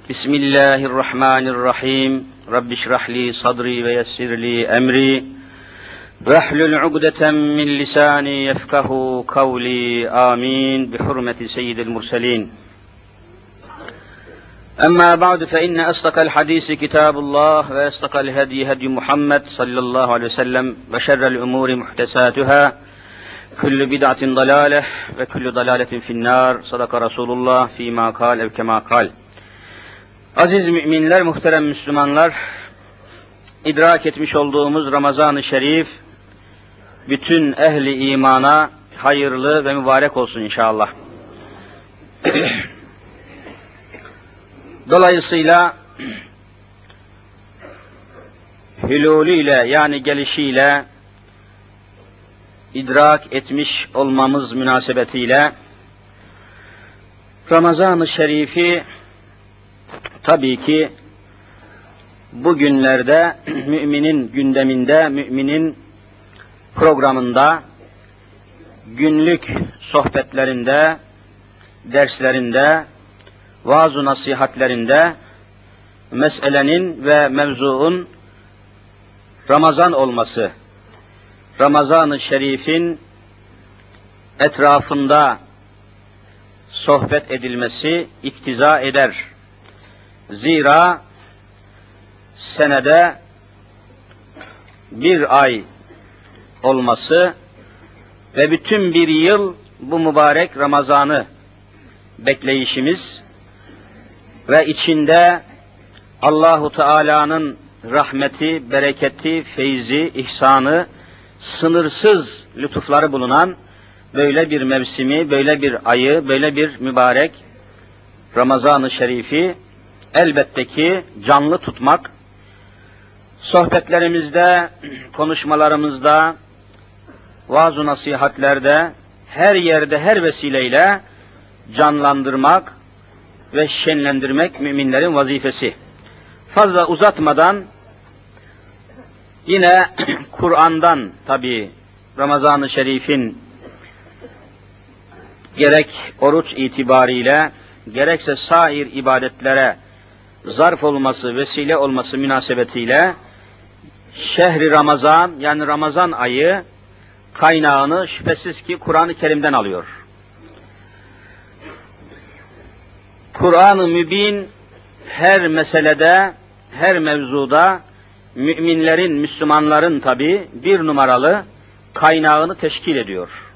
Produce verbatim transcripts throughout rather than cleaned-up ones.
Bismillahirrahmanirrahim. Rabbi şrah li sadri ve yessir li emri. Vehlul ugdeten min lisani yefkahu kavli. Amin. Bi hurmeti seyyidil murselin. Amma ba'du fe inne asdakal hadisi kitabullah ve asdakal hedi hedi Muhammed sallallahu aleyhi ve sellem ve şerrel umuri muhtesatuhâ. Kullu bid'atin dalâleh ve kullu dalâletin finnâr. Sadaka Resulullah fîmâ kâl ev kemâ kâl. Aziz müminler, muhterem Müslümanlar, idrak etmiş olduğumuz Ramazan-ı Şerif, bütün ehli imana hayırlı ve mübarek olsun inşallah. Dolayısıyla hülûlüyle yani gelişiyle idrak etmiş olmamız münasebetiyle Ramazan-ı Şerif'i tabii ki bugünlerde müminin gündeminde, müminin programında, günlük sohbetlerinde, derslerinde, vaaz-ı nasihatlerinde meselenin ve mevzuun Ramazan olması, Ramazan-ı Şerif'in etrafında sohbet edilmesi iktiza eder. Zira senede bir ay olması ve bütün bir yıl bu mübarek Ramazan'ı bekleyişimiz ve içinde Allahu Teala'nın rahmeti, bereketi, feyzi, ihsanı, sınırsız lütufları bulunan böyle bir mevsimi, böyle bir ayı, böyle bir mübarek Ramazan-ı Şerif'i elbette ki canlı tutmak, sohbetlerimizde, konuşmalarımızda, vaaz-ı nasihatlerde, her yerde, her vesileyle canlandırmak ve şenlendirmek müminlerin vazifesi. Fazla uzatmadan, yine Kur'an'dan tabi Ramazan-ı Şerif'in gerek oruç itibariyle, gerekse sair ibadetlere zarf olması, vesile olması münasebetiyle şehri Ramazan yani Ramazan ayı kaynağını şüphesiz ki Kur'an-ı Kerim'den alıyor. Kur'an-ı Mübin her meselede, her mevzuda müminlerin, Müslümanların tabi bir numaralı kaynağını teşkil ediyor.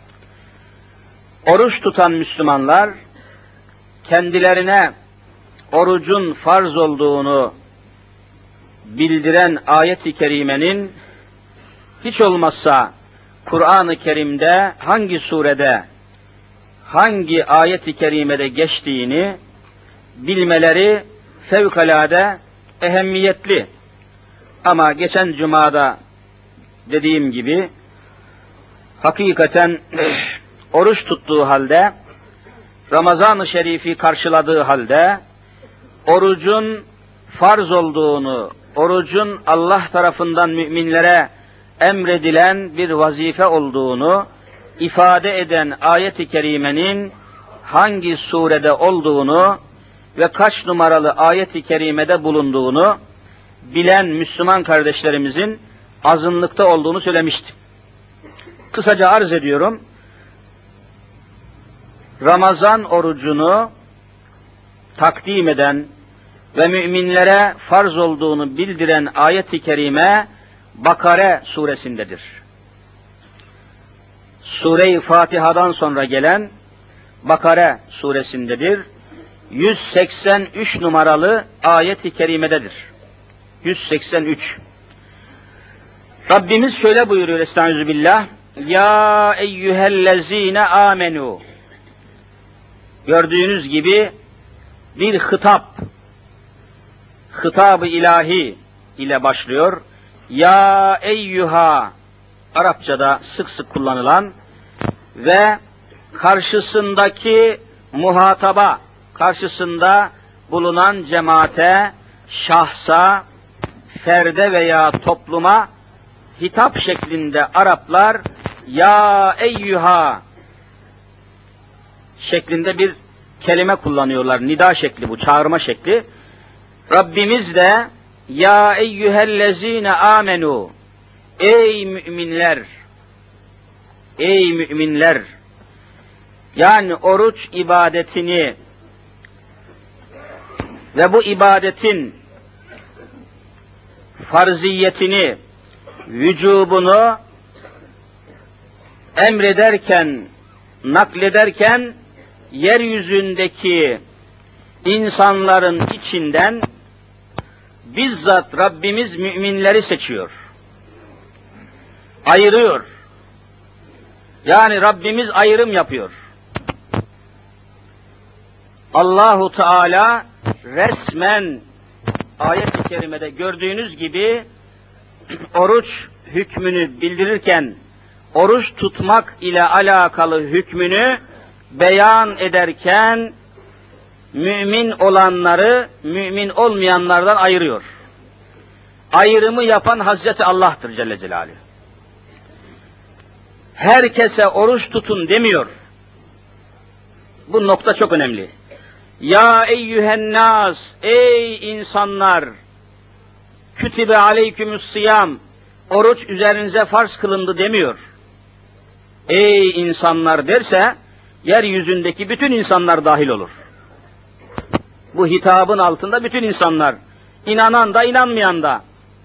Oruç tutan Müslümanlar kendilerine orucun farz olduğunu bildiren ayet-i kerimenin hiç olmazsa Kur'an-ı Kerim'de hangi surede, hangi ayet-i kerimede geçtiğini bilmeleri fevkalade ehemmiyetli. Ama geçen cumada dediğim gibi hakikaten oruç tuttuğu halde, Ramazan-ı Şerif'i karşıladığı halde, orucun farz olduğunu, orucun Allah tarafından müminlere emredilen bir vazife olduğunu ifade eden ayet-i kerimenin hangi surede olduğunu ve kaç numaralı ayet-i kerimede bulunduğunu bilen Müslüman kardeşlerimizin azınlıkta olduğunu söylemiştim. Kısaca arz ediyorum. Ramazan orucunu takdim eden ve müminlere farz olduğunu bildiren ayet-i kerime Bakare suresindedir. Sure-i Fatiha'dan sonra gelen Bakare suresindedir. yüz seksen üç numaralı ayet-i kerimededir. yüz seksen üç. Rabbimiz şöyle buyuruyor Estağfirullah. Ya eyyühellezine amenu. Gördüğünüz gibi bir hitap, hitab-ı ilahi ile başlıyor. Ya eyyüha, Arapçada sık sık kullanılan ve karşısındaki muhataba, karşısında bulunan cemaate, şahsa, ferde veya topluma hitap şeklinde Araplar ya eyyüha şeklinde bir kelime kullanıyorlar. Nida şekli bu, çağırma şekli. Rabbimiz de ya eyyühellezine amenu, ey müminler, ey müminler, yani oruç ibadetini ve bu ibadetin farziyetini, vücubunu emrederken, naklederken yeryüzündeki insanların içinden bizzat Rabbimiz müminleri seçiyor. Ayırıyor. Yani Rabbimiz ayrım yapıyor. Allahu Teala resmen ayet-i kerimede gördüğünüz gibi oruç hükmünü bildirirken oruç tutmak ile alakalı hükmünü beyan ederken mümin olanları mümin olmayanlardan ayırıyor. Ayrımı yapan Hazreti Allah'tır Celle Celaluhu. Herkese oruç tutun demiyor. Bu nokta çok önemli. Ya eyyühennâs, ey insanlar, kütibe aleykümüssiyam, oruç üzerinize farz kılındı demiyor. Ey insanlar derse, yeryüzündeki bütün insanlar dahil olur. Bu hitabın altında bütün insanlar, inanan da inanmayan da.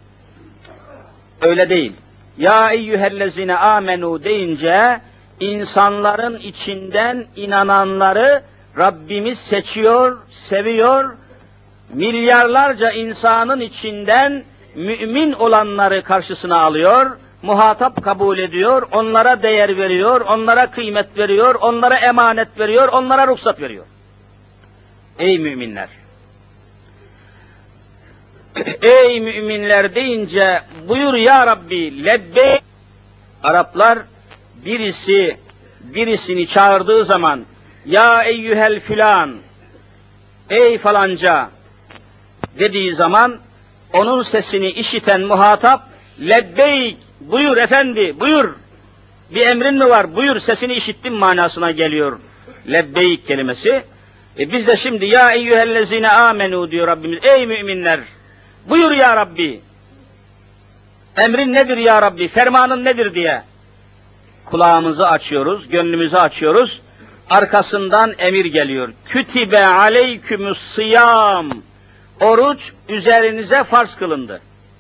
Öyle değil. Ya eyyühellezine amenu deyince, insanların içinden inananları Rabbimiz seçiyor, seviyor, milyarlarca insanın içinden mümin olanları karşısına alıyor, muhatap kabul ediyor, onlara değer veriyor, onlara kıymet veriyor, onlara emanet veriyor, onlara ruhsat veriyor. Ey müminler! Ey müminler deyince buyur ya Rabbi, lebbeyk. Araplar birisi birisini çağırdığı zaman ya eyyühel filan, ey falanca dediği zaman onun sesini işiten muhatap lebbeyk, buyur efendi, buyur. Bir emrin mi var? Buyur, sesini işittim manasına geliyor lebbeyk kelimesi. E biz de şimdi ya eyyühellezine amenu diyor Rabbimiz. Ey müminler, buyur ya Rabbi. Emrin nedir ya Rabbi? Fermanın nedir diye kulağımızı açıyoruz, gönlümüzü açıyoruz. Arkasından emir geliyor. Kütibe aleykümüssiyam. Oruç üzerinize farz kılındı.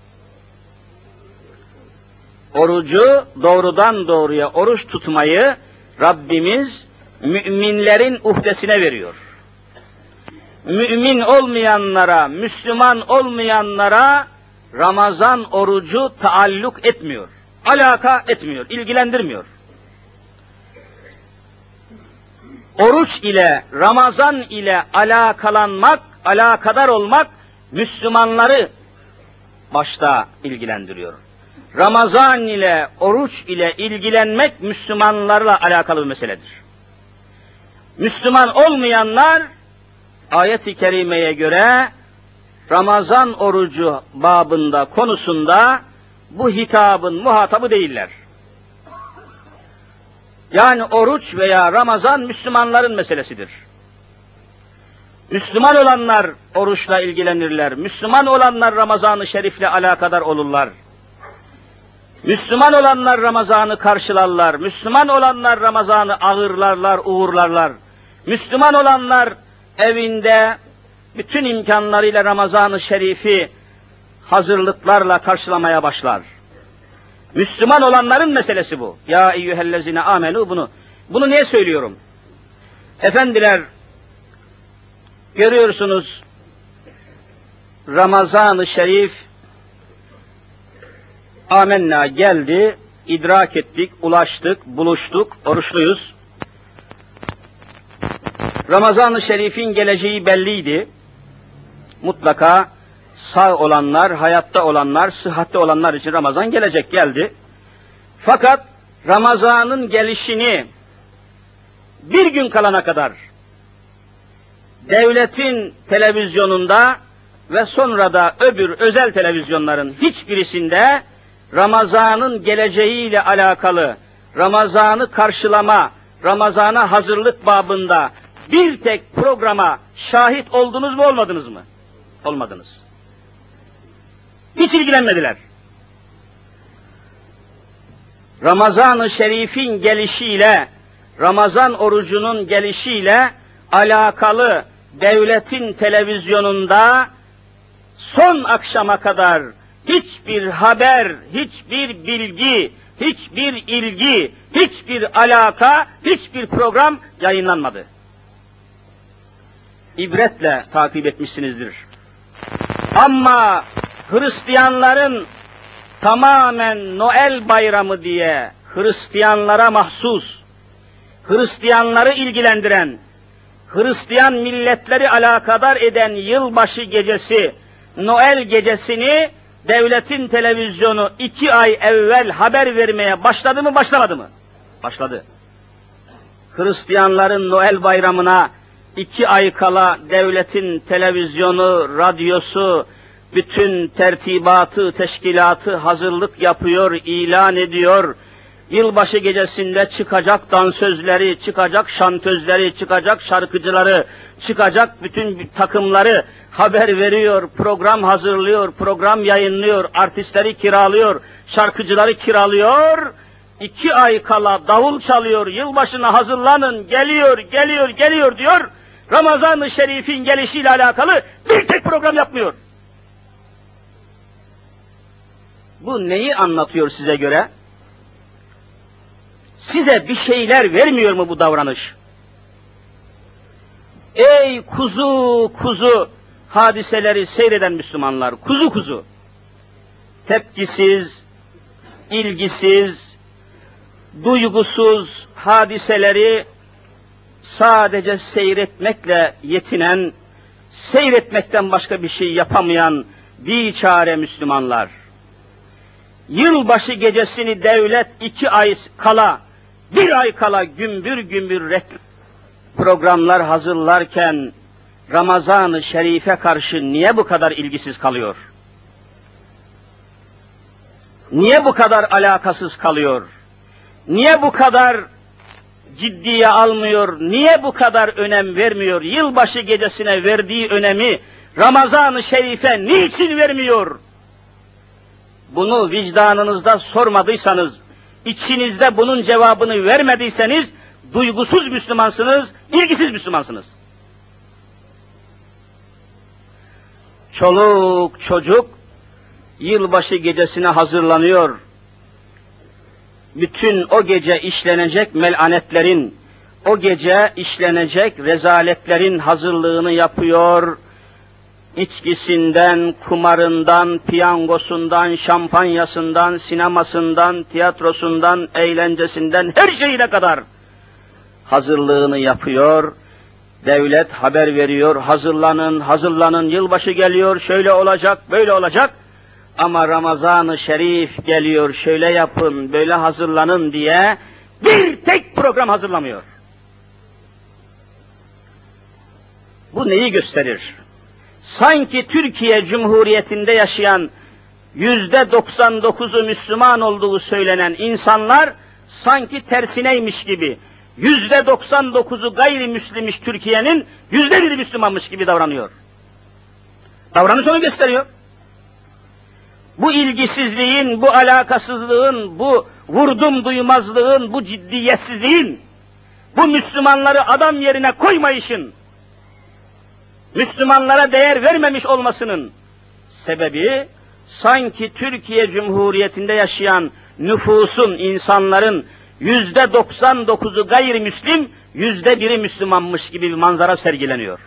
Orucu doğrudan doğruya oruç tutmayı Rabbimiz müminlerin uhdesine veriyor. Mümin olmayanlara, Müslüman olmayanlara Ramazan orucu taalluk etmiyor. Alaka etmiyor, ilgilendirmiyor. Oruç ile, Ramazan ile alakalanmak, alakadar olmak Müslümanları başta ilgilendiriyor. Ramazan ile, oruç ile ilgilenmek Müslümanlarla alakalı bir meseledir. Müslüman olmayanlar ayet-i kerimeye göre Ramazan orucu babında, konusunda bu hitabın muhatabı değiller. Yani oruç veya Ramazan Müslümanların meselesidir. Müslüman olanlar oruçla ilgilenirler. Müslüman olanlar Ramazan-ı Şerif'le alakadar olurlar. Müslüman olanlar Ramazan'ı karşılarlar. Müslüman olanlar Ramazan'ı ağırlarlar, uğurlarlar. Müslüman olanlar evinde bütün imkanlarıyla Ramazan-ı Şerif'i hazırlıklarla karşılamaya başlar. Müslüman olanların meselesi bu. Ya eyyühellezine amenu bunu. Bunu niye söylüyorum? Efendiler, görüyorsunuz Ramazan-ı Şerif amenna geldi, idrak ettik, ulaştık, buluştuk, oruçluyuz. Ramazan-ı Şerif'in geleceği belliydi. Mutlaka sağ olanlar, hayatta olanlar, sıhhatli olanlar için Ramazan gelecek, geldi. Fakat Ramazan'ın gelişini bir gün kalana kadar devletin televizyonunda ve sonra da öbür özel televizyonların hiçbirisinde Ramazan'ın geleceğiyle alakalı, Ramazan'ı karşılama, Ramazan'a hazırlık babında bir tek programa şahit oldunuz mu, olmadınız mı? Olmadınız. Hiç ilgilenmediler. Ramazan-ı Şerif'in gelişiyle, Ramazan orucunun gelişiyle alakalı devletin televizyonunda son akşama kadar hiçbir haber, hiçbir bilgi, hiçbir ilgi, hiçbir alaka, hiçbir program yayınlanmadı. İbretle takip etmişsinizdir. Ama Hristiyanların tamamen Noel bayramı diye Hristiyanlara mahsus, Hristiyanları ilgilendiren, Hristiyan milletleri alakadar eden yılbaşı gecesi, Noel gecesini devletin televizyonu iki ay evvel haber vermeye başladı mı, başlamadı mı? Başladı. Hristiyanların Noel bayramına iki ay kala devletin televizyonu, radyosu, bütün tertibatı, teşkilatı hazırlık yapıyor, ilan ediyor. Yılbaşı gecesinde çıkacak dansözleri, çıkacak şantözleri, çıkacak şarkıcıları, çıkacak bütün takımları haber veriyor, program hazırlıyor, program yayınlıyor, artistleri kiralıyor, şarkıcıları kiralıyor. İki ay kala davul çalıyor, yılbaşına hazırlanın, geliyor, geliyor, geliyor diyor. Ramazan-ı Şerif'in gelişiyle alakalı bir tek program yapmıyor. Bu neyi anlatıyor size göre? Size bir şeyler vermiyor mu bu davranış? Ey kuzu kuzu hadiseleri seyreden Müslümanlar, kuzu kuzu, tepkisiz, ilgisiz, duygusuz hadiseleri sadece seyretmekle yetinen, seyretmekten başka bir şey yapamayan biçare Müslümanlar. Yılbaşı gecesini devlet iki ay kala, bir ay kala gümbür gümbür reklam programlar hazırlarken Ramazan-ı Şerif'e karşı niye bu kadar ilgisiz kalıyor? Niye bu kadar alakasız kalıyor? Niye bu kadar ciddiye almıyor? Niye bu kadar önem vermiyor? Yılbaşı gecesine verdiği önemi Ramazan-ı Şerif'e niçin vermiyor? Bunu vicdanınızda sormadıysanız, içinizde bunun cevabını vermediyseniz, duygusuz Müslümansınız, ilgisiz Müslümansınız. Çoluk çocuk yılbaşı gecesine hazırlanıyor. Bütün o gece işlenecek melanetlerin, o gece işlenecek rezaletlerin hazırlığını yapıyor. İçkisinden, kumarından, piyangosundan, şampanyasından, sinemasından, tiyatrosundan, eğlencesinden, her şeyine kadar hazırlığını yapıyor. Devlet haber veriyor, hazırlanın, hazırlanın, yılbaşı geliyor, şöyle olacak, böyle olacak. Ama Ramazan-ı Şerif geliyor, şöyle yapın, böyle hazırlanın diye bir tek program hazırlamıyor. Bu neyi gösterir? Sanki Türkiye Cumhuriyeti'nde yaşayan yüzde doksan dokuzu Müslüman olduğu söylenen insanlar sanki tersineymiş gibi, yüzde doksan dokuzu gayrimüslimmiş Türkiye'nin, yüzde biri Müslümanmış gibi davranıyor. Davranış onu gösteriyor. Bu ilgisizliğin, bu alakasızlığın, bu vurdum duymazlığın, bu ciddiyetsizliğin, bu Müslümanları adam yerine koymayışın, Müslümanlara değer vermemiş olmasının sebebi, sanki Türkiye Cumhuriyeti'nde yaşayan nüfusun, insanların yüzde doksan dokuzu gayrimüslim, yüzde biri Müslümanmış gibi bir manzara sergileniyor.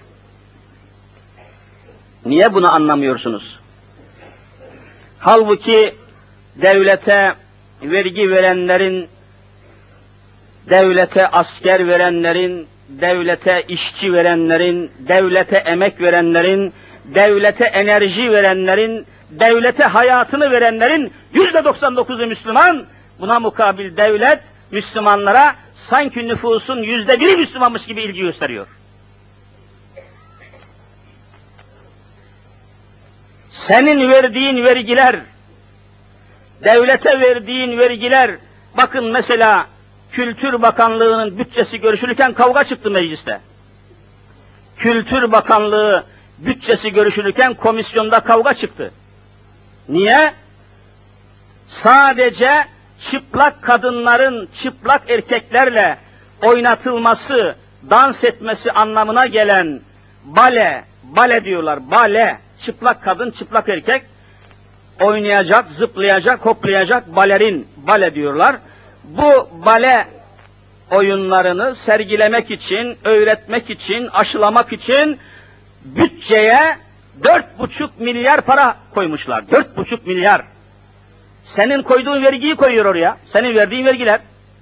Niye bunu anlamıyorsunuz? Halbuki devlete vergi verenlerin, devlete asker verenlerin, devlete işçi verenlerin, devlete emek verenlerin, devlete enerji verenlerin, devlete hayatını verenlerin yüzde doksan dokuzu Müslüman. Buna mukabil devlet Müslümanlara sanki nüfusun yüzde biri Müslümanmış gibi ilgi gösteriyor. Senin verdiğin vergiler, devlete verdiğin vergiler, bakın mesela Kültür Bakanlığı'nın bütçesi görüşülürken kavga çıktı mecliste. Kültür Bakanlığı bütçesi görüşülürken komisyonda kavga çıktı. Niye? Sadece çıplak kadınların çıplak erkeklerle oynatılması, dans etmesi anlamına gelen bale, bale diyorlar, bale, çıplak kadın, çıplak erkek oynayacak, zıplayacak, hoplayacak balerin, bale diyorlar. Bu bale oyunlarını sergilemek için, öğretmek için, aşılamak için bütçeye dört buçuk milyar para koymuşlar. Dört buçuk milyar. Senin koyduğun vergiyi koyuyor oraya. Senin verdiğin vergiler.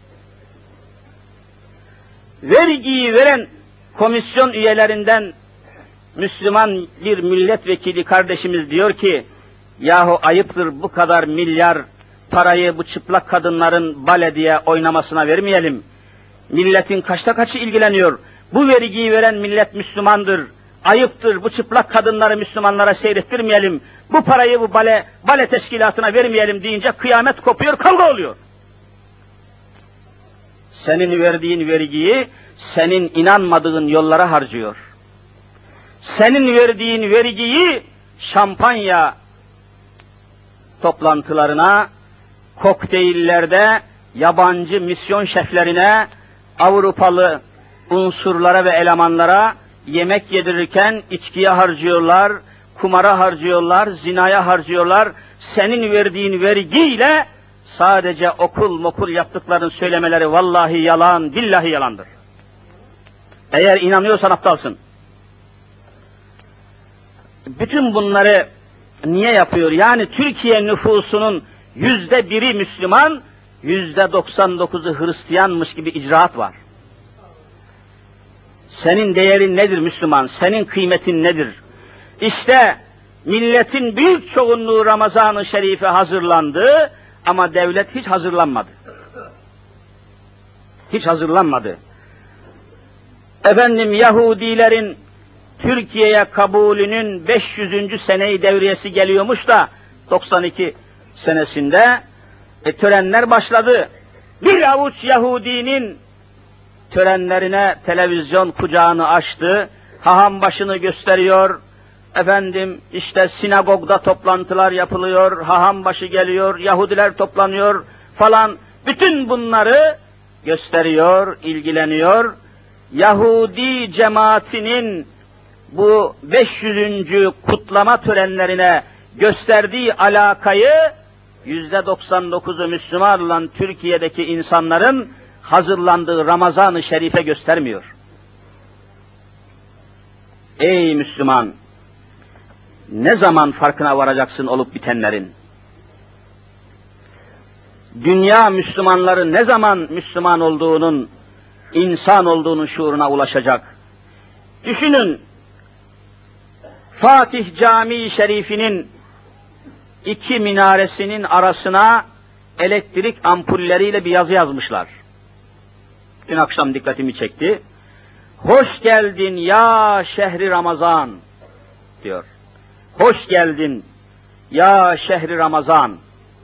Vergiyi veren komisyon üyelerinden Müslüman bir milletvekili kardeşimiz diyor ki, yahu ayıptır bu kadar milyar parayı bu çıplak kadınların bale diye oynamasına vermeyelim. Milletin kaçta kaçı ilgileniyor. Bu vergiyi veren millet Müslümandır. Ayıptır bu çıplak kadınları Müslümanlara seyrettirmeyelim. Bu parayı bu bale, bale teşkilatına vermeyelim deyince kıyamet kopuyor, kavga oluyor. Senin verdiğin vergiyi senin inanmadığın yollara harcıyor. Senin verdiğin vergiyi şampanya toplantılarına, kokteyllerde yabancı misyon şeflerine, Avrupalı unsurlara ve elemanlara yemek yedirirken içkiye harcıyorlar, kumara harcıyorlar, zinaya harcıyorlar. Senin verdiğin vergiyle sadece okul mokul yaptıklarını söylemeleri vallahi yalan, billahi yalandır. Eğer inanıyorsan aptalsın. Bütün bunları niye yapıyor? Yani Türkiye nüfusunun yüzde biri Müslüman, yüzde doksan dokuzu Hristiyanmış gibi icraat var. Senin değerin nedir Müslüman? Senin kıymetin nedir? İşte milletin büyük çoğunluğu Ramazan-ı Şerif'e hazırlandı ama devlet hiç hazırlanmadı. Hiç hazırlanmadı. Efendim Yahudilerin Türkiye'ye kabulünün beş yüzüncü seneyi devriyesi geliyormuş da doksan iki senesinde e, törenler başladı. Bir avuç Yahudinin törenlerine televizyon kucağını açtı, haham başını gösteriyor, efendim işte sinagogda toplantılar yapılıyor, haham başı geliyor, Yahudiler toplanıyor falan, bütün bunları gösteriyor, ilgileniyor. Yahudi cemaatinin bu beş yüzüncü kutlama törenlerine gösterdiği alakayı yüzde doksan dokuzu Müslüman olan Türkiye'deki insanların hazırlandığı Ramazan-ı Şerif'e göstermiyor. Ey Müslüman! Ne zaman farkına varacaksın olup bitenlerin? Dünya Müslümanları ne zaman Müslüman olduğunun, insan olduğunun şuuruna ulaşacak? Düşünün, Fatih Camii Şerifi'nin iki minaresinin arasına elektrik ampulleriyle bir yazı yazmışlar. Dün akşam dikkatimi çekti. Hoş geldin ya şehri Ramazan diyor. Hoş geldin ya şehri Ramazan.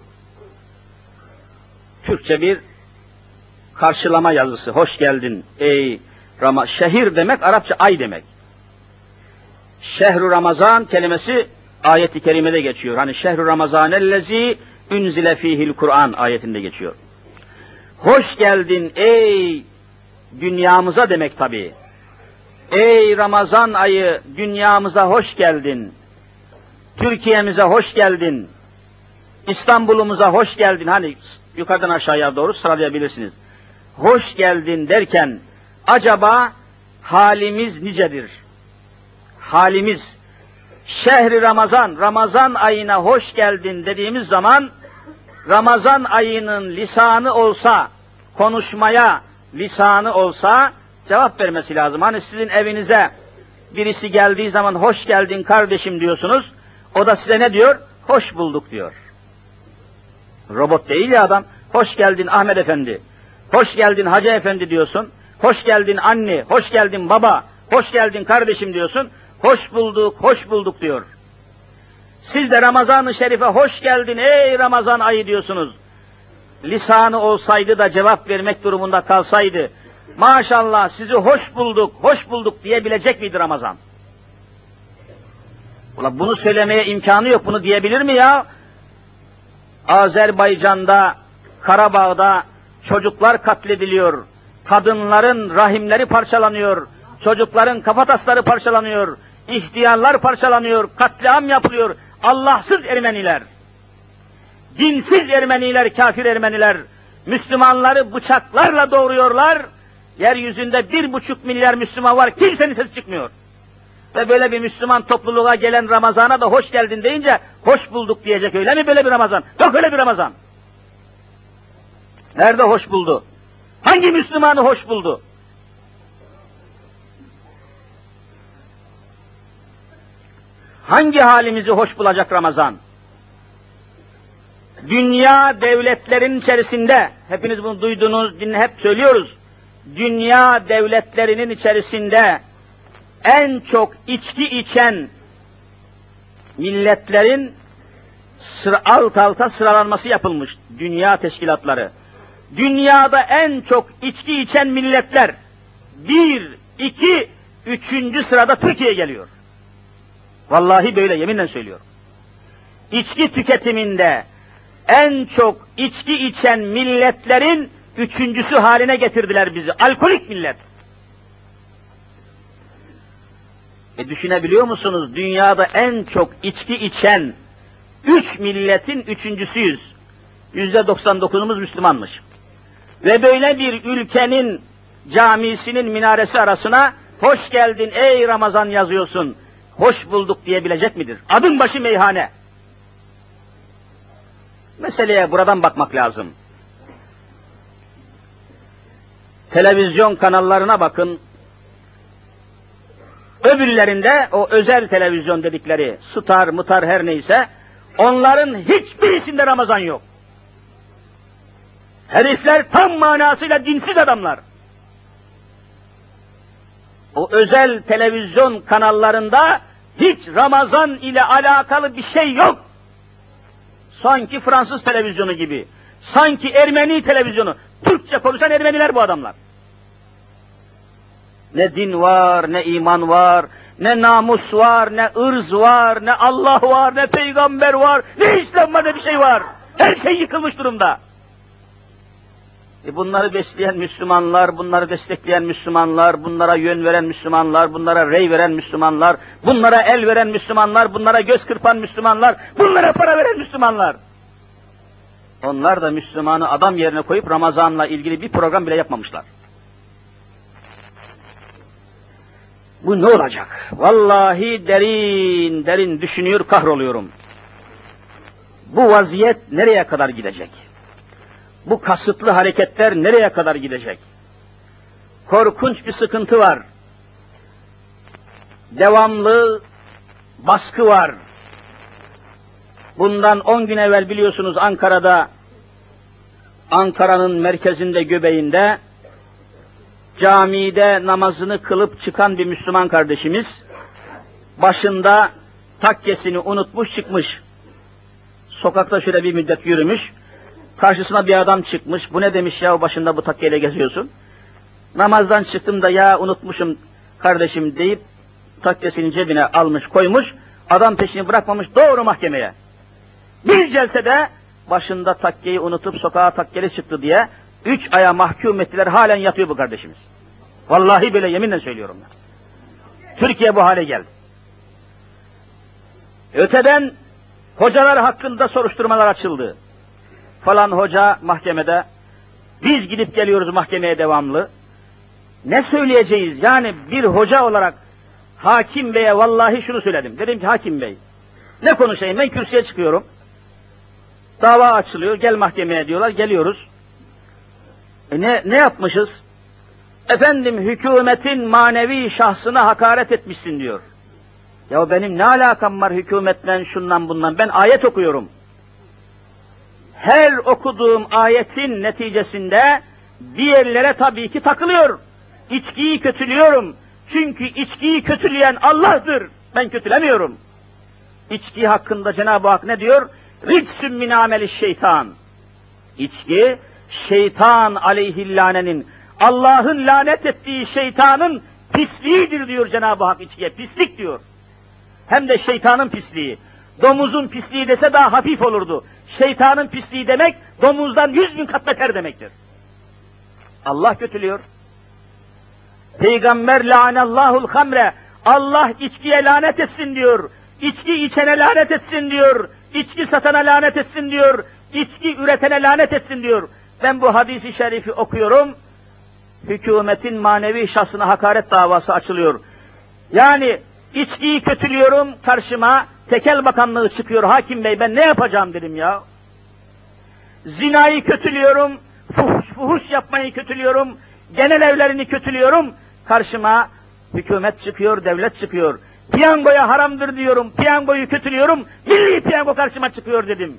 Türkçe bir karşılama yazısı. Hoş geldin ey Ramazan. Şehir demek Arapça ay demek. Şehru Ramazan kelimesi ayet-i kerimede geçiyor. Hani şehru Ramazanellezi unzile fihil Kur'an ayetinde geçiyor. Hoş geldin ey dünyamıza demek tabii. Ey Ramazan ayı dünyamıza hoş geldin. Türkiye'mize hoş geldin. İstanbul'umuza hoş geldin. Hani yukarıdan aşağıya doğru sıralayabilirsiniz. Hoş geldin derken acaba halimiz nicedir? Halimiz şehri Ramazan, Ramazan ayına hoş geldin dediğimiz zaman Ramazan ayının lisanı olsa, konuşmaya lisanı olsa cevap vermesi lazım. Hani sizin evinize birisi geldiği zaman hoş geldin kardeşim diyorsunuz. O da size ne diyor? Hoş bulduk diyor. Robot değil ya adam. Hoş geldin Ahmet Efendi. Hoş geldin Hacı Efendi diyorsun. Hoş geldin anne, hoş geldin baba, hoş geldin kardeşim diyorsun. Hoş bulduk, hoş bulduk diyor. Siz de Ramazan-ı Şerif'e hoş geldin ey Ramazan ayı diyorsunuz. Lisanı olsaydı da cevap vermek durumunda kalsaydı, maşallah sizi hoş bulduk, hoş bulduk diyebilecek miydi Ramazan? Ulan bunu söylemeye imkanı yok, bunu diyebilir mi ya? Azerbaycan'da, Karabağ'da çocuklar katlediliyor, kadınların rahimleri parçalanıyor, çocukların kafatasları parçalanıyor, ihtiyarlar parçalanıyor, katliam yapılıyor. Allahsız Ermeniler, dinsiz Ermeniler, kafir Ermeniler, Müslümanları bıçaklarla doğuruyorlar. Yeryüzünde bir buçuk milyar Müslüman var, kimsenin sesi çıkmıyor. Ve böyle bir Müslüman topluluğa gelen Ramazan'a da hoş geldin deyince, hoş bulduk diyecek, öyle mi böyle bir Ramazan? Yok öyle bir Ramazan. Nerede hoş buldu? Hangi Müslümanı hoş buldu? Hangi halimizi hoş bulacak Ramazan? Dünya devletlerin içerisinde, hepiniz bunu duydunuz, dinle, hep söylüyoruz. Dünya devletlerinin içerisinde en çok içki içen milletlerin sıra, alt alta sıralanması yapılmış. Dünya teşkilatları. Dünyada en çok içki içen milletler bir, iki, üçüncü sırada Türkiye geliyor. Vallahi böyle, yeminle söylüyorum. İçki tüketiminde en çok içki içen milletlerin üçüncüsü haline getirdiler bizi. Alkolik millet. E düşünebiliyor musunuz? Dünyada en çok içki içen üç milletin üçüncüsüyüz. Yüzde doksan dokuzumuz Müslümanmış. Ve böyle bir ülkenin camisinin minaresi arasına hoş geldin ey Ramazan yazıyorsun. Hoş bulduk diyebilecek midir? Adım başı meyhane. Meseleye buradan bakmak lazım. Televizyon kanallarına bakın. Öbürlerinde o özel televizyon dedikleri Star, Mıtar her neyse onların hiçbirisinde Ramazan yok. Herifler tam manasıyla dinsiz adamlar. O özel televizyon kanallarında hiç Ramazan ile alakalı bir şey yok. Sanki Fransız televizyonu gibi, sanki Ermeni televizyonu. Türkçe konuşan Ermeniler bu adamlar. Ne din var, ne iman var, ne namus var, ne ırz var, ne Allah var, ne peygamber var, ne İslam var, ne bir şey var. Her şey yıkılmış durumda. E bunları besleyen Müslümanlar, bunları destekleyen Müslümanlar, bunlara yön veren Müslümanlar, bunlara rey veren Müslümanlar, bunlara el veren Müslümanlar, bunlara göz kırpan Müslümanlar, bunlara para veren Müslümanlar. Onlar da Müslümanı adam yerine koyup Ramazan'la ilgili bir program bile yapmamışlar. Bu ne olacak? Vallahi derin derin düşünüyor, kahroluyorum. Bu vaziyet nereye kadar gidecek? Bu kasıtlı hareketler nereye kadar gidecek? Korkunç bir sıkıntı var. Devamlı baskı var. Bundan on gün evvel biliyorsunuz Ankara'da, Ankara'nın merkezinde, göbeğinde, camide namazını kılıp çıkan bir Müslüman kardeşimiz, başında takkesini unutmuş çıkmış. Sokakta şöyle bir müddet yürümüş, karşısına bir adam çıkmış, bu ne demiş ya başında bu takkeyle geziyorsun? Namazdan çıktım da ya unutmuşum kardeşim deyip, takkesini cebine almış koymuş, adam peşini bırakmamış doğru mahkemeye. Bir celsede başında takkeyi unutup sokağa takkeli çıktı diye, üç aya mahkum ettiler, halen yatıyor bu kardeşimiz. Vallahi böyle yeminle söylüyorum ben. Türkiye bu hale geldi. Öteden hocalar hakkında soruşturmalar açıldı. Falan hoca mahkemede, biz gidip geliyoruz mahkemeye devamlı. Ne söyleyeceğiz? Yani bir hoca olarak hakim beye vallahi şunu söyledim. Dedim ki hakim bey, ne konuşayım, ben kürsüye çıkıyorum. Dava açılıyor, gel mahkemeye diyorlar, geliyoruz. E ne, ne yapmışız? Efendim hükümetin manevi şahsına hakaret etmişsin diyor. Ya benim ne alakam var hükümetle, şundan bundan, ben ayet okuyorum. Her okuduğum ayetin neticesinde diğerlere tabii ki takılıyor. İçkiyi kötülüyorum. Çünkü içkiyi kötüleyen Allah'tır. Ben kötülemiyorum. İçki hakkında Cenab-ı Hak ne diyor? Ricsün min ameli şeytan. İçki, şeytan aleyhillanenin Allah'ın lanet ettiği şeytanın pisliğidir diyor Cenab-ı Hak içkiye. Pislik diyor. Hem de şeytanın pisliği. Domuzun pisliği dese daha hafif olurdu. Şeytanın pisliği demek, domuzdan yüz bin kat beter demektir. Allah kötülüyor. Peygamber la'anallahul hamre, Allah içkiye lanet etsin diyor. İçki içene lanet etsin diyor. İçki satana lanet etsin diyor. İçki üretene lanet etsin diyor. Ben bu hadisi şerifi okuyorum. Hükümetin manevi şahsına hakaret davası açılıyor. Yani içkiyi kötülüyorum, karşıma tekel bakanlığı çıkıyor. Hakim bey ben ne yapacağım dedim ya. Zinayı kötülüyorum, fuhuş, fuhuş yapmayı kötülüyorum, genel evlerini kötülüyorum. Karşıma hükümet çıkıyor, devlet çıkıyor. Piyangoya haramdır diyorum, piyangoyu kötülüyorum, milli piyango karşıma çıkıyor dedim.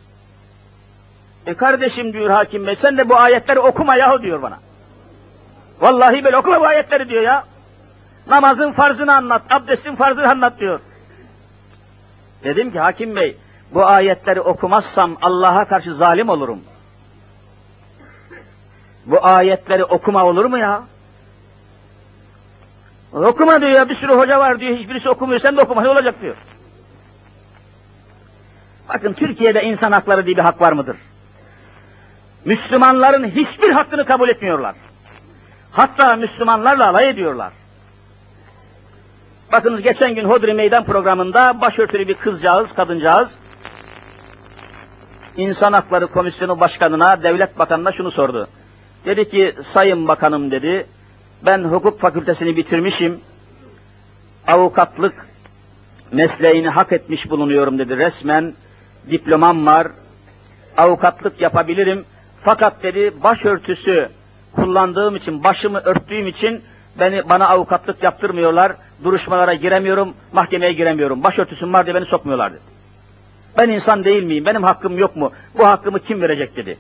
E kardeşim diyor hakim bey, sen de bu ayetleri okuma yahu diyor bana. Vallahi böyle okuma bu ayetleri diyor ya. Namazın farzını anlat, abdestin farzını anlat diyor. Dedim ki hakim bey, bu ayetleri okumazsam Allah'a karşı zalim olurum. Bu ayetleri okuma olur mu ya? Okuma diyor ya, bir sürü hoca var diyor, hiçbirisi okumuyor, sen de okuma, ne olacak diyor. Bakın Türkiye'de insan hakları diye bir hak var mıdır? Müslümanların hiçbir hakkını kabul etmiyorlar. Hatta Müslümanlarla alay ediyorlar. Bakınız geçen gün Hodri Meydan programında başörtülü bir kızcağız, kadıncağız, İnsan Hakları Komisyonu Başkanı'na, Devlet Bakanı'na şunu sordu. Dedi ki, Sayın Bakanım dedi, ben hukuk fakültesini bitirmişim, avukatlık mesleğini hak etmiş bulunuyorum dedi, resmen diplomam var, avukatlık yapabilirim, fakat dedi başörtüsü kullandığım için, başımı örttüğüm için beni bana avukatlık yaptırmıyorlar, duruşmalara giremiyorum, mahkemeye giremiyorum, başörtüsüm var diye beni sokmuyorlar dedi. Ben insan değil miyim, benim hakkım yok mu, bu hakkımı kim verecek dedi.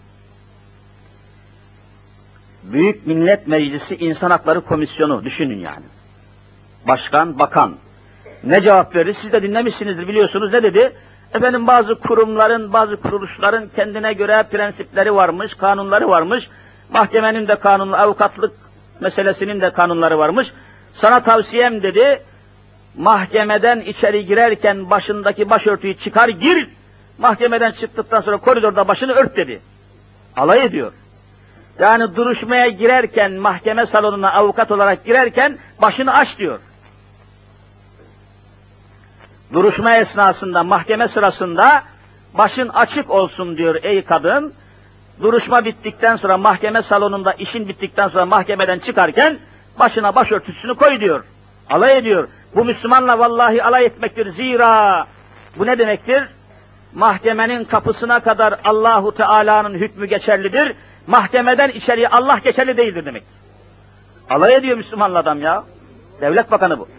Büyük Millet Meclisi İnsan Hakları Komisyonu, düşünün yani. Başkan, bakan. Ne cevap verdi? Siz de dinlemişsinizdir, biliyorsunuz. Ne dedi? Efendim bazı kurumların, bazı kuruluşların kendine göre prensipleri varmış, kanunları varmış. Mahkemenin de kanunu, avukatlık meselesinin de kanunları varmış. Sana tavsiyem dedi, mahkemeden içeri girerken başındaki başörtüyü çıkar gir, mahkemeden çıktıktan sonra koridorda başını ört dedi. Alay ediyor. Yani duruşmaya girerken, mahkeme salonuna avukat olarak girerken başını aç diyor. Duruşma esnasında, mahkeme sırasında başın açık olsun diyor ey kadın. Duruşma bittikten sonra, mahkeme salonunda işin bittikten sonra mahkemeden çıkarken başına başörtüsünü koy diyor. Alay ediyor. Bu Müslümanla vallahi alay etmektir. Zira bu ne demektir? Mahkemenin kapısına kadar Allahu Teala'nın hükmü geçerlidir. Mahkemeden içeriye Allah geçerli değildir demek. Alay ediyor Müslümanla adam ya. Devlet bakanı bu.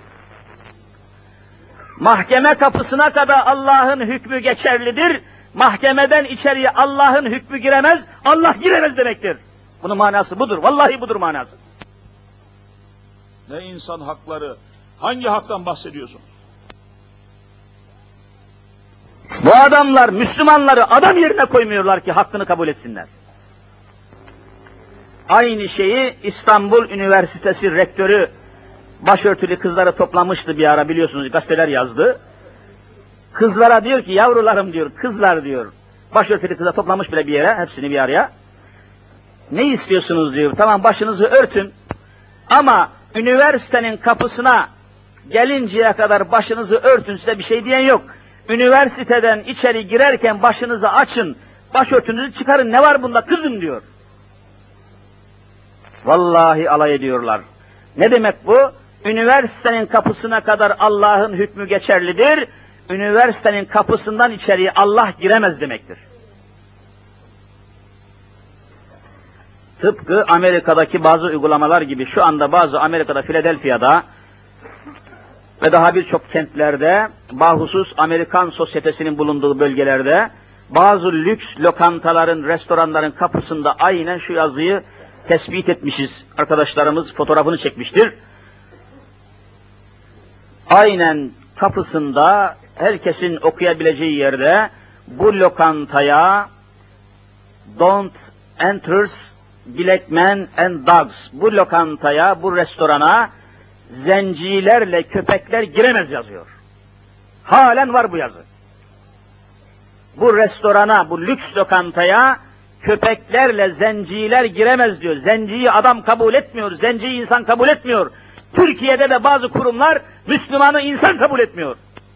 Mahkeme kapısına kadar Allah'ın hükmü geçerlidir. Mahkemeden içeriye Allah'ın hükmü giremez, Allah giremez demektir. Bunun manası budur. Vallahi budur manası. Ne insan hakları? Hangi haktan bahsediyorsun? Bu adamlar Müslümanları adam yerine koymuyorlar ki hakkını kabul etsinler. Aynı şeyi İstanbul Üniversitesi rektörü başörtülü kızları toplamıştı bir ara, biliyorsunuz, gazeteler yazdı. Kızlara diyor ki, yavrularım diyor, kızlar diyor, başörtülü kızlar toplamış bile bir yere, hepsini bir araya. Ne istiyorsunuz diyor, tamam başınızı örtün ama üniversitenin kapısına gelinceye kadar başınızı örtün, size bir şey diyen yok. Üniversiteden içeri girerken başınızı açın, başörtünüzü çıkarın, ne var bunda kızım diyor. Vallahi alay ediyorlar. Ne demek bu? Üniversitenin kapısına kadar Allah'ın hükmü geçerlidir. Üniversitenin kapısından içeriye Allah giremez demektir. Tıpkı Amerika'daki bazı uygulamalar gibi şu anda bazı Amerika'da, Philadelphia'da ve daha birçok kentlerde, bahusus Amerikan sosyetesinin bulunduğu bölgelerde bazı lüks lokantaların, restoranların kapısında aynen şu yazıyı tespit etmişiz. Arkadaşlarımız fotoğrafını çekmiştir. Aynen kapısında, herkesin okuyabileceği yerde bu lokantaya don't enter Blackman and Dogs. Bu lokantaya, bu restorana zencilerle köpekler giremez yazıyor. Halen var bu yazı. Bu restorana, bu lüks lokantaya köpeklerle zenciler giremez diyor. Zenciyi adam kabul etmiyor, zenciyi insan kabul etmiyor. Türkiye'de de bazı kurumlar Müslümanı insan kabul etmiyor.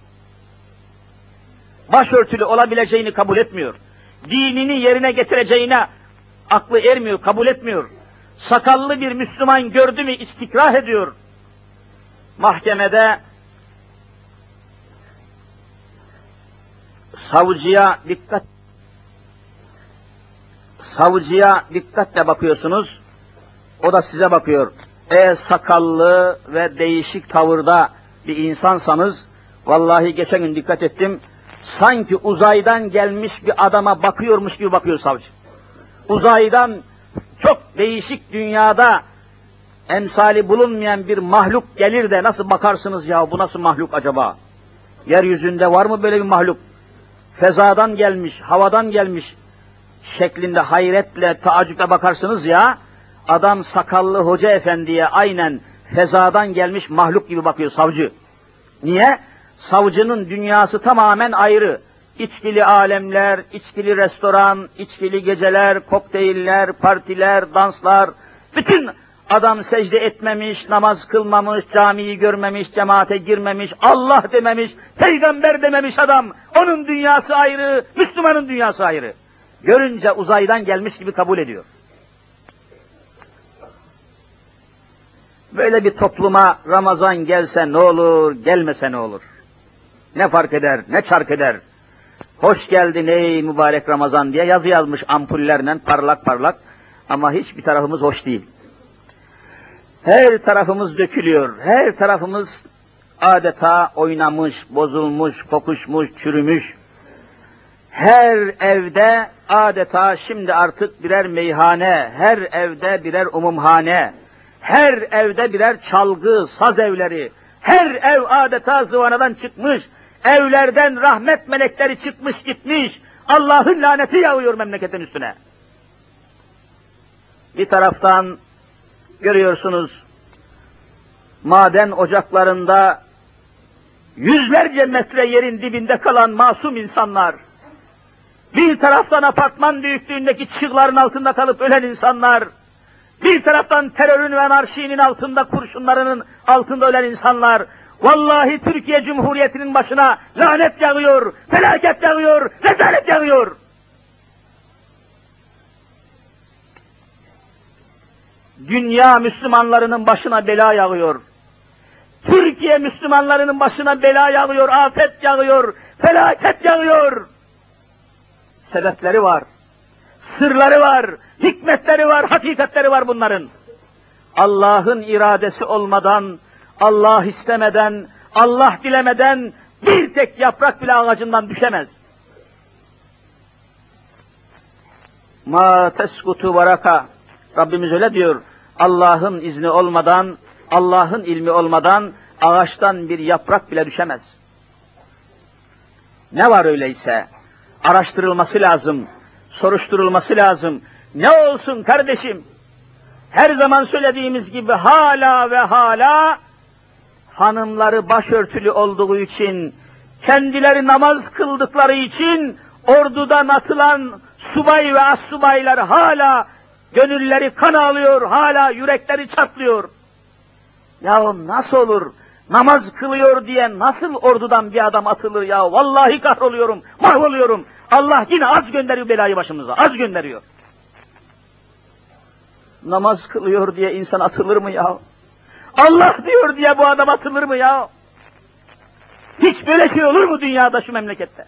Başörtülü olabileceğini kabul etmiyor. Dinini yerine getireceğine aklı ermiyor, kabul etmiyor. Sakallı bir Müslüman gördü mü istikrah ediyor. Mahkemede savcıya dikkat savcıya dikkatle bakıyorsunuz. O da size bakıyor. Eğer sakallı ve değişik tavırda bir insansanız, vallahi geçen gün dikkat ettim, sanki uzaydan gelmiş bir adama bakıyormuş gibi bakıyor savcı. Uzaydan çok değişik dünyada emsali bulunmayan bir mahluk gelir de nasıl bakarsınız ya, bu nasıl mahluk acaba? Yeryüzünde var mı böyle bir mahluk? Fezadan gelmiş, havadan gelmiş şeklinde hayretle, taaccüple bakarsınız ya, adam sakallı hoca efendiye aynen fezadan gelmiş mahluk gibi bakıyor savcı. Niye? Savcının dünyası tamamen ayrı. İçkili alemler, içkili restoran, içkili geceler, kokteyller, partiler, danslar, bütün adam secde etmemiş, namaz kılmamış, camiyi görmemiş, cemaate girmemiş, Allah dememiş, peygamber dememiş adam. Onun dünyası ayrı, Müslümanın dünyası ayrı. Görünce uzaydan gelmiş gibi kabul ediyor. Böyle bir topluma Ramazan gelse ne olur, gelmese ne olur? Ne fark eder, ne çark eder? Hoş geldin ey mübarek Ramazan diye yazı yazmış ampullerle parlak parlak, ama hiçbir tarafımız hoş değil. Her tarafımız dökülüyor, her tarafımız adeta oynamış, bozulmuş, kokuşmuş, çürümüş. Her evde adeta şimdi artık birer meyhane, her evde birer umumhane, her evde birer çalgı, saz evleri, her ev adeta zıvanadan çıkmış, evlerden rahmet melekleri çıkmış gitmiş, Allah'ın laneti yağıyor memleketin üstüne. Bir taraftan görüyorsunuz, maden ocaklarında yüzlerce metre yerin dibinde kalan masum insanlar, bir taraftan apartman büyüklüğündeki çığların altında kalıp ölen insanlar, bir taraftan terörün ve anarşinin altında, kurşunlarının altında ölen insanlar, vallahi Türkiye Cumhuriyeti'nin başına lanet yağıyor, felaket yağıyor, rezalet yağıyor. Dünya Müslümanlarının başına bela yağıyor. Türkiye Müslümanlarının başına bela yağıyor, afet yağıyor, felaket yağıyor. Sebepleri var, sırları var, hikmetleri var, hakikatleri var bunların. Allah'ın iradesi olmadan, Allah istemeden, Allah dilemeden bir tek yaprak bile ağacından düşemez. Ma teskutu varaka, Rabbimiz öyle diyor, Allah'ın izni olmadan, Allah'ın ilmi olmadan ağaçtan bir yaprak bile düşemez. Ne var öyleyse? Araştırılması lazım, soruşturulması lazım. Ne olsun kardeşim? Her zaman söylediğimiz gibi hala ve hala hanımları başörtülü olduğu için, kendileri namaz kıldıkları için ordudan atılan subay ve assubaylar hala gönülleri kan ağlıyor, hala yürekleri çatlıyor. Yahu nasıl olur? Namaz kılıyor diye nasıl ordudan bir adam atılır ya? Vallahi kahroluyorum, mahvoluyorum. Allah yine az gönderiyor belayı başımıza, az gönderiyor. Namaz kılıyor diye insan atılır mı ya? Allah diyor diye bu adam atılır mı ya? Hiç böyle şey olur mu dünyada, şu memlekette?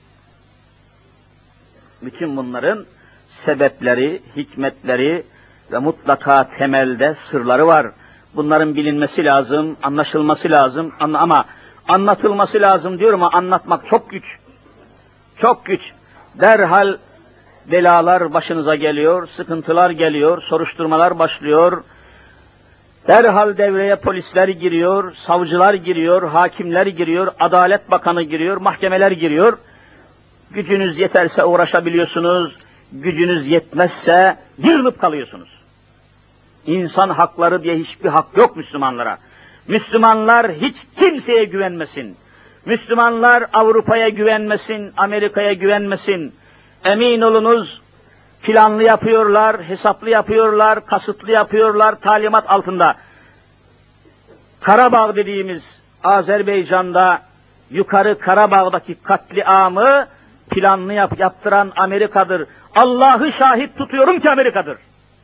Bütün bunların sebepleri, hikmetleri ve mutlaka temelde sırları var. Bunların bilinmesi lazım, anlaşılması lazım ama anlatılması lazım diyorum ama anlatmak çok güç. Çok güç. Derhal belalar başınıza geliyor, sıkıntılar geliyor, soruşturmalar başlıyor. Derhal devreye polisler giriyor, savcılar giriyor, hakimler giriyor, Adalet Bakanı giriyor, mahkemeler giriyor. Gücünüz yeterse uğraşabiliyorsunuz, gücünüz yetmezse yığılıp kalıyorsunuz. İnsan hakları diye hiçbir hak yok Müslümanlara. Müslümanlar hiç kimseye güvenmesin. Müslümanlar Avrupa'ya güvenmesin, Amerika'ya güvenmesin. Emin olunuz, planlı yapıyorlar, hesaplı yapıyorlar, kasıtlı yapıyorlar, talimat altında. Karabağ dediğimiz Azerbaycan'da, yukarı Karabağ'daki katliamı planlı yap, yaptıran Amerika'dır. Allah'ı şahit tutuyorum ki Amerika'dır.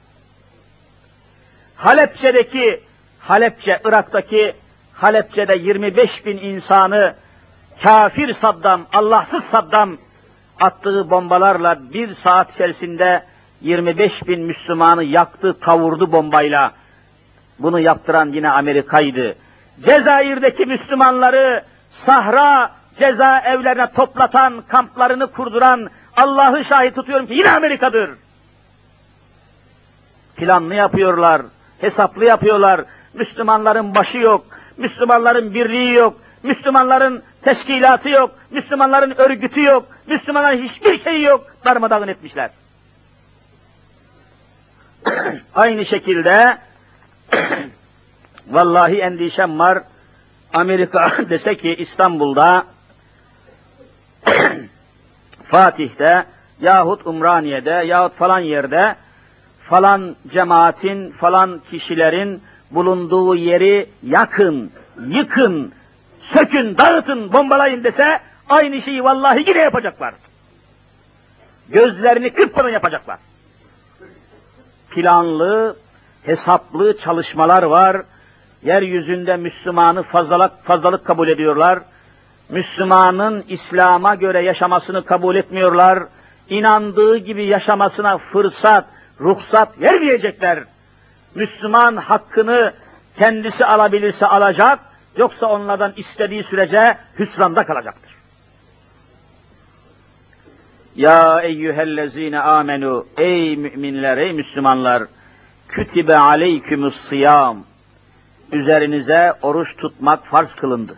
Halepçe'deki, Halepçe, Irak'taki Halepçe'de yirmi beş bin insanı kafir Saddam, Allahsız Saddam attığı bombalarla bir saat içerisinde yirmi beş bin Müslümanı yaktı, kavurdu bombayla. Bunu yaptıran yine Amerika'ydı. Cezayir'deki Müslümanları Sahra cezaevlerine toplatan, kamplarını kurduran, Allah'ı şahit tutuyorum ki yine Amerika'dır. Planlı yapıyorlar, hesaplı yapıyorlar. Müslümanların başı yok, Müslümanların birliği yok, Müslümanların teşkilatı yok, Müslümanların örgütü yok, Müslümanların hiçbir şeyi yok, darmadağın etmişler. Aynı şekilde vallahi endişem var, Amerika dese ki İstanbul'da, Fatih'te yahut Umraniye'de yahut falan yerde falan cemaatin, falan kişilerin bulunduğu yeri yakın, yıkın, sökün, dağıtın, bombalayın dese aynı şeyi vallahi yine yapacaklar. Gözlerini kırpmadan yapacaklar. Planlı, hesaplı çalışmalar var. Yeryüzünde Müslümanı fazlalık, fazlalık kabul ediyorlar. Müslümanın İslam'a göre yaşamasını kabul etmiyorlar. İnandığı gibi yaşamasına fırsat, ruhsat vermeyecekler. Müslüman hakkını kendisi alabilirse alacak, yoksa onlardan istediği sürece hüsranda kalacaktır. Ya eyyühellezine amenu, ey müminler, ey Müslümanlar, kütibe aleykümüs sıyam, üzerinize oruç tutmak farz kılındı.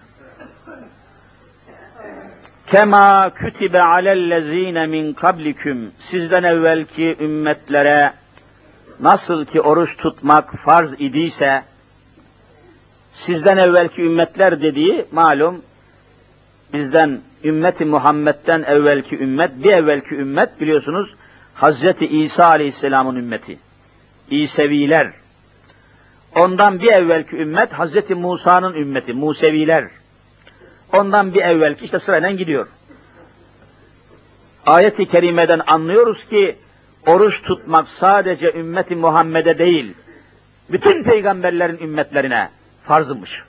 Kema kütibe alellezine min kablikum, sizden evvelki ümmetlere nasıl ki oruç tutmak farz idiyse, sizden evvelki ümmetler dediği malum, bizden ümmeti Muhammed'den evvelki ümmet, bir evvelki ümmet biliyorsunuz Hazreti İsa Aleyhisselam'ın ümmeti. İseviler. Ondan bir evvelki ümmet Hazreti Musa'nın ümmeti, Museviler. Ondan bir evvelki işte sırayla gidiyor. Ayet-i kerimeden anlıyoruz ki oruç tutmak sadece ümmeti Muhammed'e değil, bütün peygamberlerin ümmetlerine farzmış.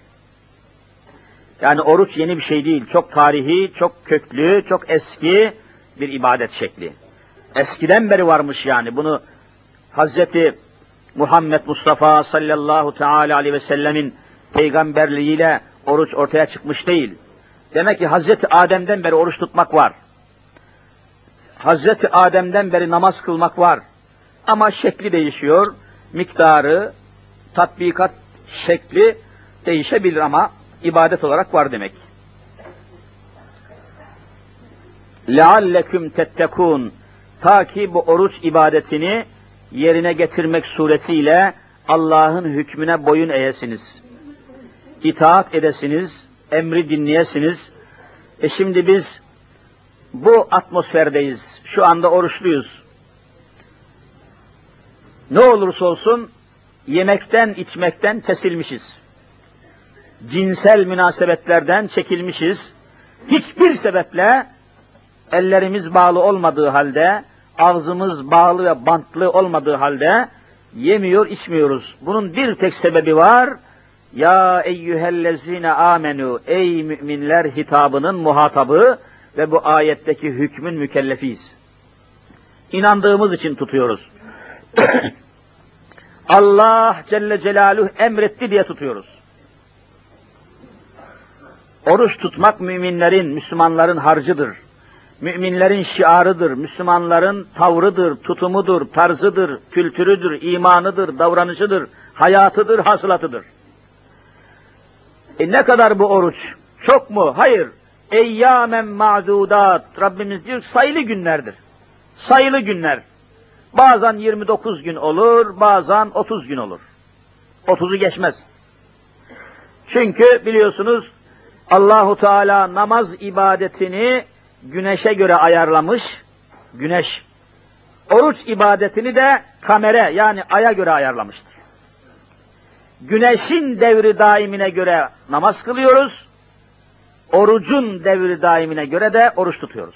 Yani oruç yeni bir şey değil, çok tarihi, çok köklü, çok eski bir ibadet şekli. Eskiden beri varmış yani, bunu Hazreti Muhammed Mustafa sallallahu teala aleyhi ve sellemin peygamberliğiyle oruç ortaya çıkmış değil. Demek ki Hazreti Adem'den beri oruç tutmak var. Hazreti Adem'den beri namaz kılmak var. Ama şekli değişiyor, miktarı, tatbikat şekli değişebilir ama ibadet olarak var demek. لَعَلَّكُمْ تَتَّكُونَ, ta ki bu oruç ibadetini yerine getirmek suretiyle Allah'ın hükmüne boyun eğesiniz. İtaat edesiniz, emri dinleyesiniz. E şimdi biz bu atmosferdeyiz, şu anda oruçluyuz. Ne olursa olsun yemekten, içmekten kesilmişiz. Cinsel münasebetlerden çekilmişiz. Hiçbir sebeple ellerimiz bağlı olmadığı halde, ağzımız bağlı ve bantlı olmadığı halde yemiyor, içmiyoruz. Bunun bir tek sebebi var. Ya eyyühellezine amenu, ey müminler hitabının muhatabı ve bu ayetteki hükmün mükellefiyiz. İnandığımız için tutuyoruz. Allah Celle Celaluhu emretti diye tutuyoruz. Oruç tutmak müminlerin, Müslümanların harcıdır. Müminlerin şiarıdır, Müslümanların tavrıdır, tutumudur, tarzıdır, kültürüdür, imanıdır, davranışıdır, hayatıdır, hasılatıdır. E ne kadar bu oruç? Çok mu? Hayır. Eyyâmen ma'dûdât. Rabbimiz diyor sayılı günlerdir. sayılı günler. Bazen yirmi dokuz gün olur, bazen otuz gün olur. otuzu geçmez. Çünkü biliyorsunuz Allahu Teala namaz ibadetini güneşe göre ayarlamış. Güneş. Oruç ibadetini de kamere yani aya göre ayarlamıştır. Güneşin devri daimine göre namaz kılıyoruz. Orucun devri daimine göre de oruç tutuyoruz.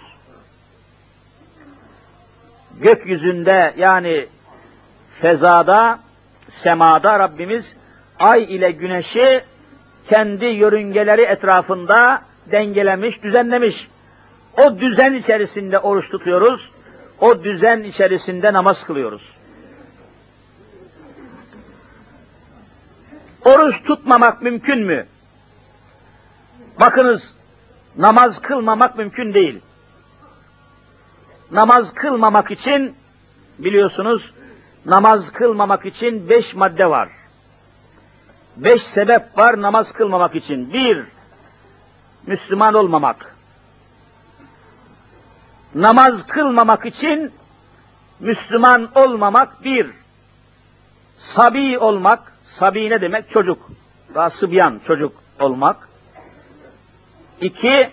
Gökyüzünde yani fezada, semada Rabbimiz ay ile güneşi kendi yörüngeleri etrafında dengelemiş, düzenlemiş. O düzen içerisinde oruç tutuyoruz. O düzen içerisinde namaz kılıyoruz. Oruç tutmamak mümkün mü? Bakınız, namaz kılmamak mümkün değil. Namaz kılmamak için, biliyorsunuz, namaz kılmamak için beş madde var. Beş sebep var namaz kılmamak için. Bir, Müslüman olmamak. Namaz kılmamak için Müslüman olmamak bir. Sabi olmak, sabi ne demek? Çocuk. Daha sıbyan, çocuk olmak. İki,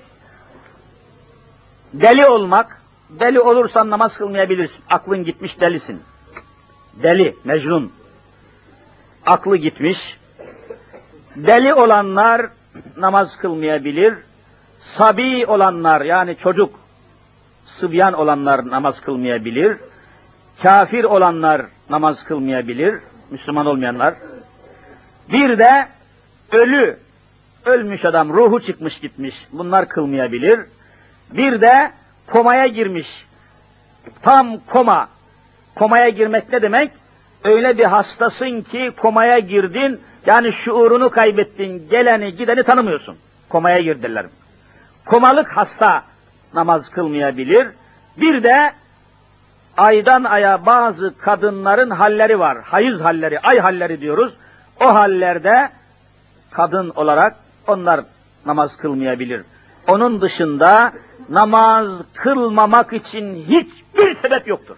deli olmak. Deli olursan namaz kılmayabilirsin. Aklın gitmiş delisin. Deli, Mecnun. Aklı gitmiş. Deli olanlar namaz kılmayabilir. Sabi olanlar yani çocuk, sıbyan olanlar namaz kılmayabilir. Kafir olanlar namaz kılmayabilir. Müslüman olmayanlar. Bir de ölü, ölmüş adam, ruhu çıkmış gitmiş. Bunlar kılmayabilir. Bir de komaya girmiş. Tam koma. Komaya girmek ne demek? Öyle bir hastasın ki komaya girdin, yani şuurunu kaybettin, geleni gideni tanımıyorsun. Komaya girdiler. Komalık hasta namaz kılmayabilir. Bir de aydan aya bazı kadınların halleri var. Hayız halleri, ay halleri diyoruz. O hallerde kadın olarak onlar namaz kılmayabilir. Onun dışında namaz kılmamak için hiçbir sebep yoktur.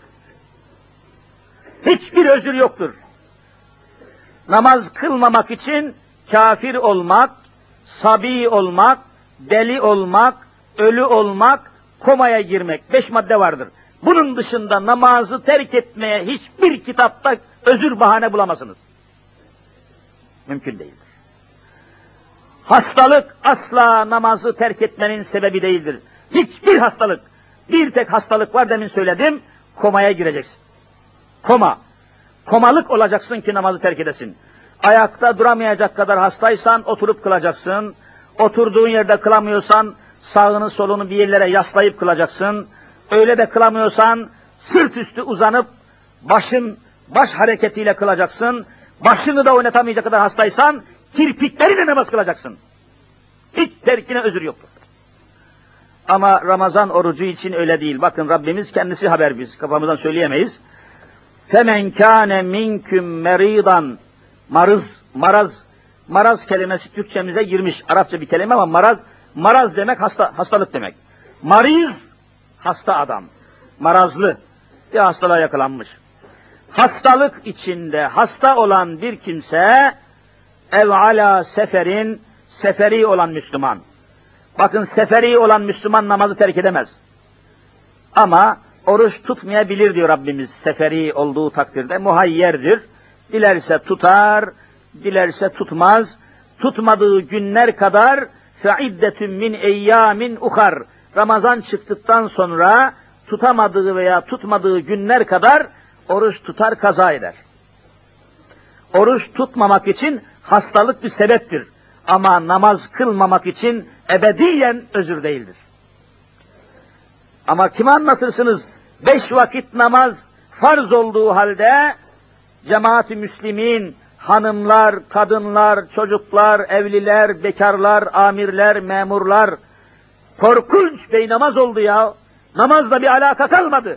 Hiçbir özür yoktur. Namaz kılmamak için kafir olmak, sabi olmak, deli olmak, ölü olmak, komaya girmek. Beş madde vardır. Bunun dışında namazı terk etmeye hiçbir kitapta özür bahane bulamazsınız. Mümkün değildir. Hastalık asla namazı terk etmenin sebebi değildir. Hiçbir hastalık, bir tek hastalık var demin söyledim, komaya gireceksin. Koma. Komalık olacaksın ki namazı terk edesin. Ayakta duramayacak kadar hastaysan oturup kılacaksın. Oturduğun yerde kılamıyorsan sağını solunu bir yerlere yaslayıp kılacaksın. Öyle de kılamıyorsan sırt üstü uzanıp başın baş hareketiyle kılacaksın. Başını da oynatamayacak kadar hastaysan kirpikleriyle namaz kılacaksın. Hiç terkine özür yoktur. Ama Ramazan orucu için öyle değil. Bakın Rabbimiz kendisi haber biz. Kafamızdan söyleyemeyiz. Femen kâne minküm meridan, marız, maraz, maraz kelimesi Türkçemize girmiş. Arapça bir kelime ama maraz, maraz demek hasta, hastalık demek. Mariz, hasta adam, marazlı, bir hastalığa yakalanmış. Hastalık içinde hasta olan bir kimse, ev ala seferin, seferi olan Müslüman. Bakın seferi olan Müslüman namazı terk edemez. Ama oruç tutmayabilir diyor Rabbimiz. Seferi olduğu takdirde muhayyerdir. Dilerse tutar, dilerse tutmaz. Tutmadığı günler kadar feiddetün min eyyamin uhar. Ramazan çıktıktan sonra tutamadığı veya tutmadığı günler kadar oruç tutar, kaza eder. Oruç tutmamak için hastalık bir sebeptir. Ama namaz kılmamak için ebediyen özür değildir. Ama kime anlatırsınız? Beş vakit namaz farz olduğu halde cemaat-i müslimin, hanımlar, kadınlar, çocuklar, evliler, bekarlar, amirler, memurlar korkunç beynamaz oldu ya. Namazla bir alaka kalmadı.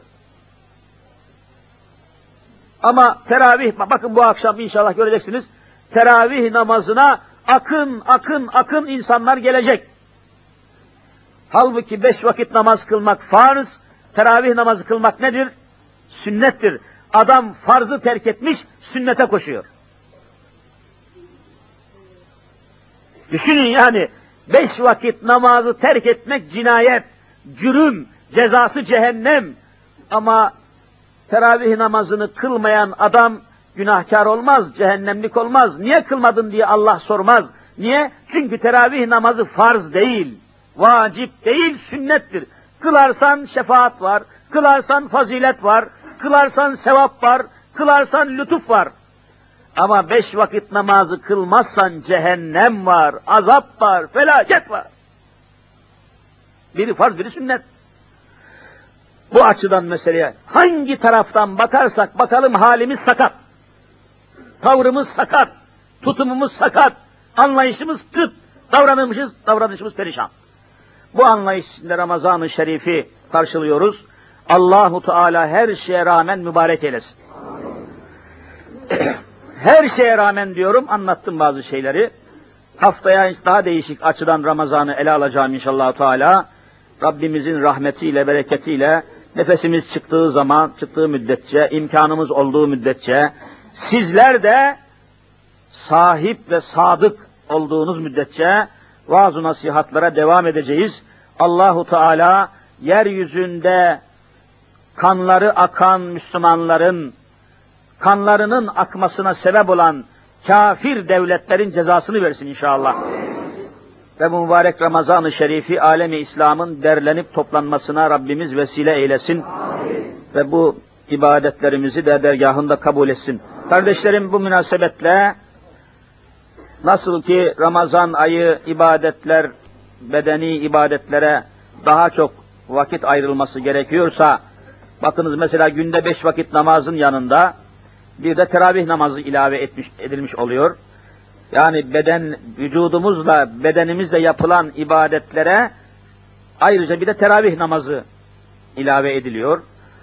Ama teravih, bakın bu akşam inşallah göreceksiniz, teravih namazına akın akın akın insanlar gelecek. Halbuki beş vakit namaz kılmak farz, Teravih namazı kılmak nedir? Sünnettir. Adam farzı terk etmiş, sünnete koşuyor. Düşünün yani, beş vakit namazı terk etmek cinayet, cürüm, cezası cehennem. Ama teravih namazını kılmayan adam günahkar olmaz, cehennemlik olmaz. Niye kılmadın diye Allah sormaz. Niye? Çünkü teravih namazı farz değil, vacip değil, sünnettir. Kılarsan şefaat var, kılarsan fazilet var, kılarsan sevap var, kılarsan lütuf var. Ama beş vakit namazı kılmazsan cehennem var, azap var, felaket var. Biri farz, biri sünnet. Bu açıdan meseleye hangi taraftan bakarsak bakalım halimiz sakat. Tavrımız sakat, tutumumuz sakat, anlayışımız kıt, davranışımız, davranışımız perişan. Bu anlayış içinde Ramazan-ı Şerif'i karşılıyoruz. Allahu Teala her şeye rağmen mübarek eylesin. Her şeye rağmen diyorum, anlattım bazı şeyleri. Haftaya daha değişik açıdan Ramazan'ı ele alacağım inşallah Teala. Rabbimizin rahmetiyle, bereketiyle nefesimiz çıktığı zaman, çıktığı müddetçe, imkanımız olduğu müddetçe, sizler de sahip ve sadık olduğunuz müddetçe vaaz-ı nasihatlara devam edeceğiz. Allahu Teala yeryüzünde kanları akan Müslümanların kanlarının akmasına sebep olan kafir devletlerin cezasını versin inşallah. Ve bu mübarek Ramazan-ı Şerif'i alemi İslam'ın derlenip toplanmasına Rabbimiz vesile eylesin. Ve bu ibadetlerimizi de dergahında kabul etsin. Kardeşlerim, bu münasebetle nasıl ki Ramazan ayı ibadetler, bedeni ibadetlere daha çok vakit ayrılması gerekiyorsa, bakınız mesela günde beş vakit namazın yanında bir de teravih namazı ilave etmiş, edilmiş oluyor. Yani beden, vücudumuzla, bedenimizle yapılan ibadetlere ayrıca bir de teravih namazı ilave ediliyor.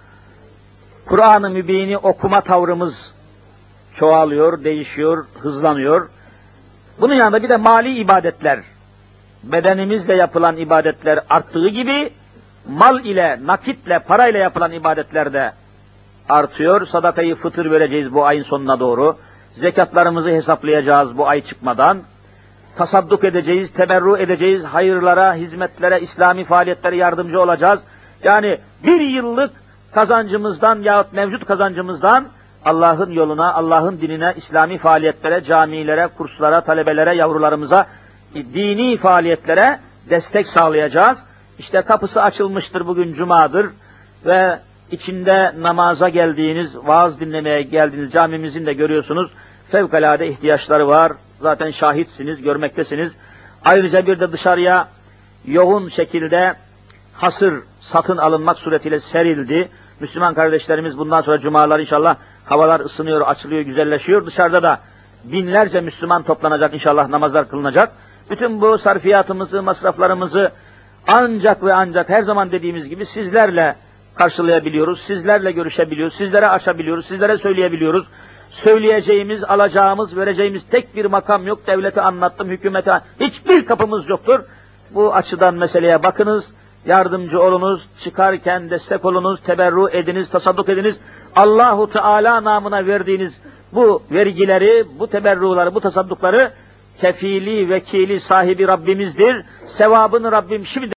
Kur'an-ı Mübin'i okuma tavrımız çoğalıyor, değişiyor, hızlanıyor. Bunun yanında bir de mali ibadetler, bedenimizle yapılan ibadetler arttığı gibi, mal ile, nakitle, parayla yapılan ibadetler de artıyor. Sadakayı fıtır vereceğiz bu ayın sonuna doğru. Zekatlarımızı hesaplayacağız bu ay çıkmadan. Tasadduk edeceğiz, teberru edeceğiz, hayırlara, hizmetlere, İslami faaliyetlere yardımcı olacağız. Yani bir yıllık kazancımızdan yahut mevcut kazancımızdan Allah'ın yoluna, Allah'ın dinine, İslami faaliyetlere, camilere, kurslara, talebelere, yavrularımıza, dini faaliyetlere destek sağlayacağız. İşte kapısı açılmıştır, bugün cumadır ve içinde namaza geldiğiniz, vaaz dinlemeye geldiğiniz camimizin de görüyorsunuz, fevkalade ihtiyaçları var. Zaten şahitsiniz, görmektesiniz. Ayrıca bir de dışarıya yoğun şekilde hasır satın alınmak suretiyle serildi. Müslüman kardeşlerimiz bundan sonra cumalar inşallah havalar ısınıyor, açılıyor, güzelleşiyor. Dışarıda da binlerce Müslüman toplanacak inşallah, namazlar kılınacak. Bütün bu sarfiyatımızı, masraflarımızı ancak ve ancak her zaman dediğimiz gibi sizlerle karşılayabiliyoruz, sizlerle görüşebiliyoruz, sizlere açabiliyoruz, sizlere söyleyebiliyoruz. Söyleyeceğimiz, alacağımız, vereceğimiz tek bir makam yok. Devlete anlattım, hükümete hiçbir kapımız yoktur. Bu açıdan meseleye bakınız, yardımcı olunuz, çıkarken destek olunuz, teberru ediniz, tasadduk ediniz. Allahu Teala namına verdiğiniz bu vergileri, bu teberruları, bu tasaddukları kefili, vekili, sahibi Rabbimizdir. Sevabını Rabbim şimdi